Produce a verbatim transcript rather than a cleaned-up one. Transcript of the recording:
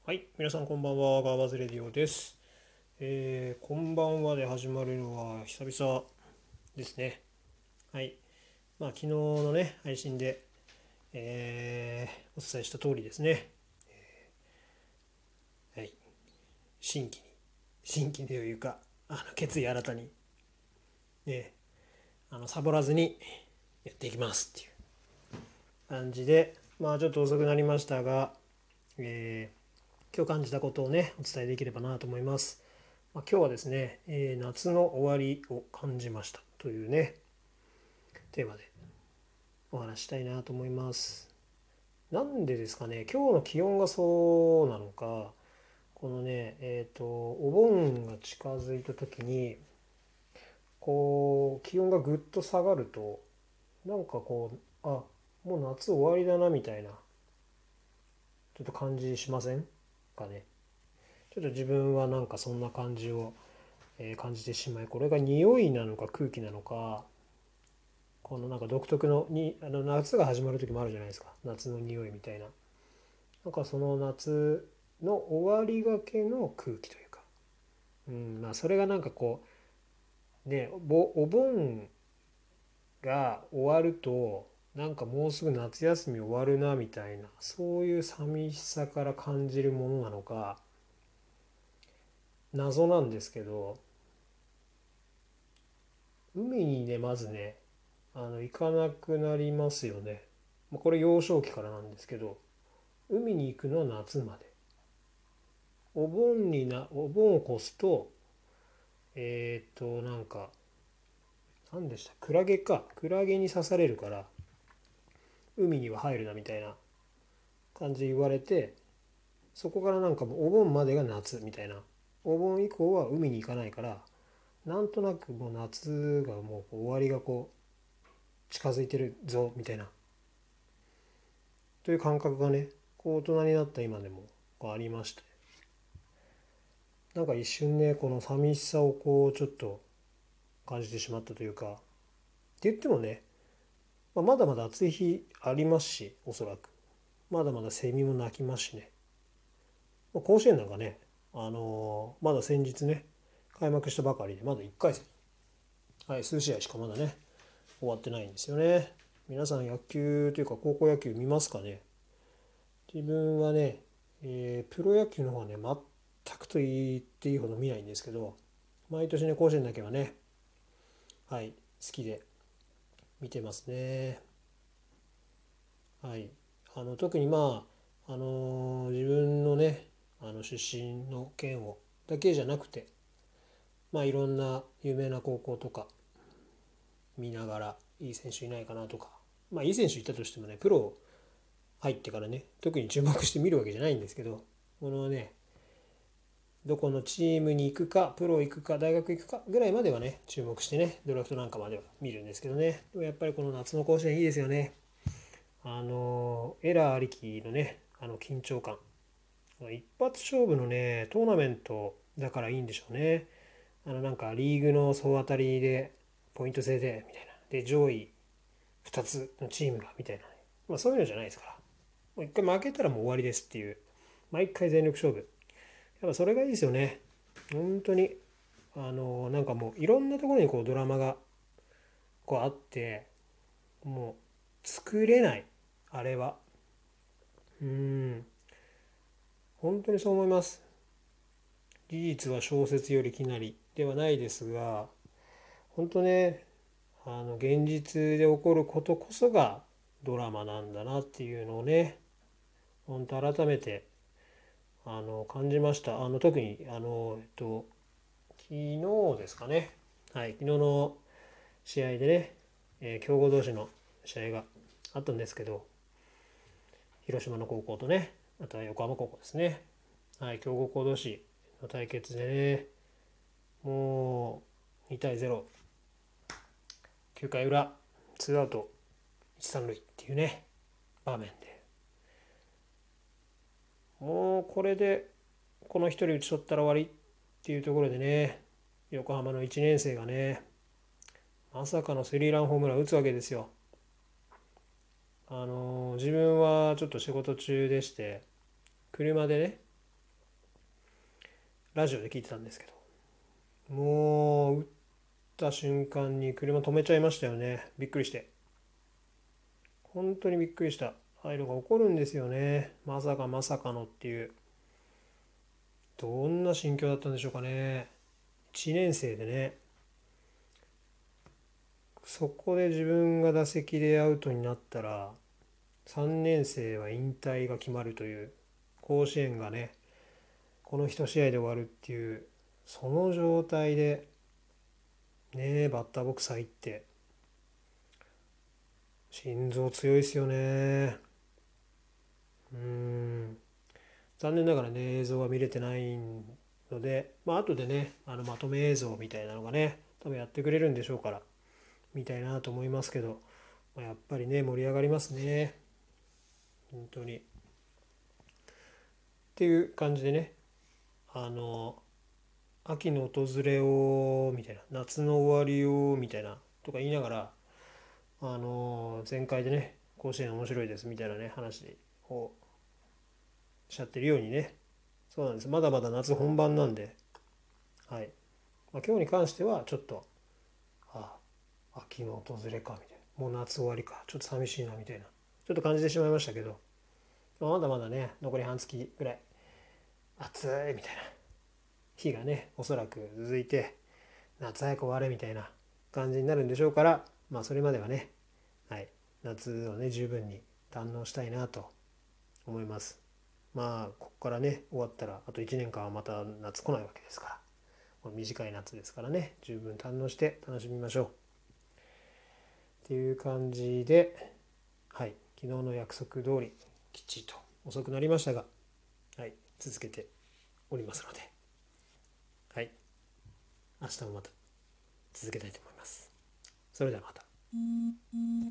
はい、皆さんこんばんは、ガーバズレディオです。えー、こんばんはで始まるのは久々ですね。はい、まあ昨日のね、配信で、えー、お伝えした通りですね。はい、新規に、新規というか、あの決意新たに、ね、あのサボらずにやっていきますっていう感じで、まあちょっと遅くなりましたが、えー、今日感じたことをね、お伝えできればなと思います。まあ、今日はですね、えー夏の終わりを感じましたというね、テーマでお話したいなと思います。なんでですかね、今日の気温がそうなのか、このね、えっと、お盆が近づいた時に、こう、気温がぐっと下がると、なんかこう、あ、もう夏終わりだなみたいな、ちょっと感じしませんかね。ちょっと自分はなんかそんな感じを、えー感じてしまい、これが匂いなのか空気なのか、このなんか独特のにあの夏が始まる時もあるじゃないですか、夏の匂いみたいな。なんかその夏の終わりがけの空気というか、うん、まあそれがなんかこうね、お盆が終わるとなんかもうすぐ夏休み終わるなみたいな、そういう寂しさから感じるものなのか謎なんですけど、海にねまずね、あの行かなくなりますよね。これ幼少期からなんですけど、海に行くのは夏まで。お盆になお盆を越すと、えーっとなんか何でした、クラゲか、クラゲに刺されるから海には入るなみたいな感じで言われて、そこからなんかもうお盆までが夏みたいな、お盆以降は海に行かないから、なんとなくもう夏がもう終わりがこう近づいてるぞみたいな、という感覚がね、こう大人になった今でもこうありまして、なんか一瞬ねこの寂しさをこうちょっと感じてしまったというか、って言ってもね、まあ、まだまだ暑い日ありますし、おそらくまだまだセミも鳴きますしね。まあ甲子園なんかね、あのーまだ先日ね開幕したばかりで、まだいっかい戦、はい、数試合しかまだね終わってないんですよね。皆さん野球というか高校野球見ますかね。自分はね、えープロ野球の方はね全くと言っていいほど見ないんですけど、毎年ね甲子園だけはね、はい、好きで見てますね。はい、あの特にまあ、あの自分のねあの出身の県をだけじゃなくて、まあいろんな有名な高校とか見ながら、いい選手いないかなとか、まあいい選手いたとしてもね、プロ入ってからね特に注目して見るわけじゃないんですけど、このね、どこのチームに行くか、プロ行くか、大学行くかぐらいまではね注目してね、ドラフトなんかまでは見るんですけどね。でもやっぱりこの夏の甲子園いいですよね。あのエラーありきのね、あの緊張感、一発勝負のねトーナメントだからいいんでしょうね。あのなんかリーグの総当たりでポイント制でみたいな、で上位ふたつのチームがみたいな、ね、まあそういうのじゃないですから、もう一回負けたらもう終わりですっていう、毎回全力勝負、やっぱそれがいいですよね。本当に、あのなんかもういろんなところにこうドラマがこうあって、もう作れない、あれは。うーん、本当にそう思います。事実は小説よりきなりではないですが、本当ね、あの現実で起こることこそがドラマなんだなっていうのをね、本当改めてあの感じました。あの特にあの、えっと、昨日ですかね、はい、昨日の試合でね、えー強豪同士の試合があったんですけど、広島の高校とね、あとは横浜高校ですね、はい、強豪校同士の対決でね、もうにたいゼロ、きゅうかい裏、ツーアウトいち、さん塁っていうね、場面で、もうこれでこのひとり打ち取ったら終わりっていうところでね、横浜のいちねん生がね、まさかのスリーランホームラン打つわけですよ。あのー自分はちょっと仕事中でして、車でね、 ラジオで聞いてたんですけど、もう打った瞬間に車止めちゃいましたよね。びっくりして。本当にびっくりした。ああいうのが起こるんですよね。まさかまさかのっていう。どんな心境だったんでしょうかね。いちねん生でね、そこで自分が打席でアウトになったら、さんねん生は引退が決まるという、甲子園がね、この一試合で終わるっていう、その状態で、ね、バッターボックス入って、心臓強いですよね。うーん。残念ながらね、映像は見れてないので、まあ後でね、あのまとめ映像みたいなのがね、多分やってくれるんでしょうから、見たいなと思いますけど、まあ、やっぱりね、盛り上がりますね。本当に。っていう感じでね、あの、秋の訪れを、みたいな、夏の終わりを、みたいな、とか言いながら、あの、前回でね、甲子園面白いですみたいなね、話をしちゃってるようにね、そうなんです。まだまだ夏本番なんで、はい。まあ、今日に関しては、ちょっと、ああ、秋の訪れか、みたいな。もう夏終わりか、ちょっと寂しいな、みたいな。ちょっと感じてしまいましたけど、まあまだまだね、残り半月ぐらい、暑い、みたいな日がね、おそらく続いて、夏早く終われ、みたいな感じになるんでしょうから、まあ、それまではね、はい、夏をね、十分に堪能したいなと思います。まあ、ここからね、終わったら、あといちねんかんはまた夏来ないわけですから、短い夏ですからね、十分堪能して楽しみましょう。っていう感じで、はい、昨日の約束通り、きっちりと遅くなりましたが、はい、続けておりますので、はい、明日もまた続けたいと思います。それではまた。